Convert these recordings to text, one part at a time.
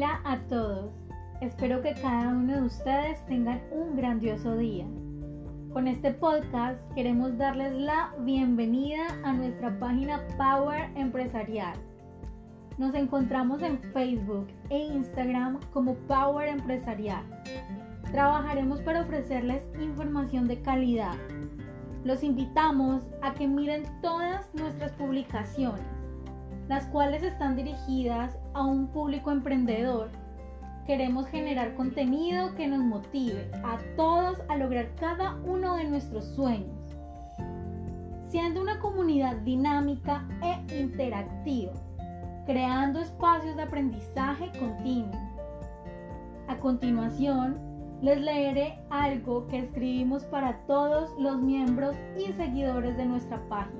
Hola a todos, espero que cada uno de ustedes tengan un grandioso día. Con este podcast queremos darles la bienvenida a nuestra página Power Empresarial. Nos encontramos en Facebook e Instagram como Power Empresarial. Trabajaremos para ofrecerles información de calidad. Los invitamos a que miren todas nuestras publicaciones, las cuales están dirigidas a un público emprendedor. Queremos generar contenido que nos motive a todos a lograr cada uno de nuestros sueños, siendo una comunidad dinámica e interactiva, creando espacios de aprendizaje continuo. A continuación, les leeré algo que escribimos para todos los miembros y seguidores de nuestra página.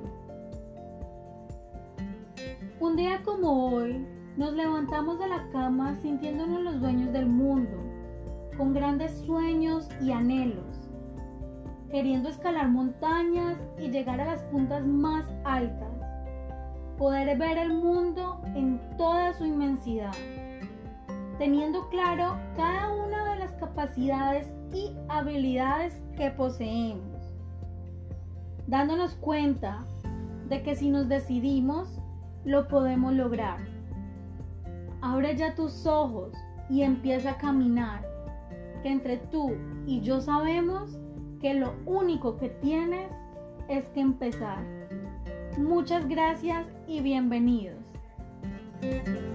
Un día como hoy, nos levantamos de la cama sintiéndonos los dueños del mundo, con grandes sueños y anhelos, queriendo escalar montañas y llegar a las puntas más altas, poder ver el mundo en toda su inmensidad, teniendo claro cada una de las capacidades y habilidades que poseemos, dándonos cuenta de que si nos decidimos, lo podemos lograr. Abre ya tus ojos y empieza a caminar, que entre tú y yo sabemos que lo único que tienes es que empezar. Muchas gracias y bienvenidos.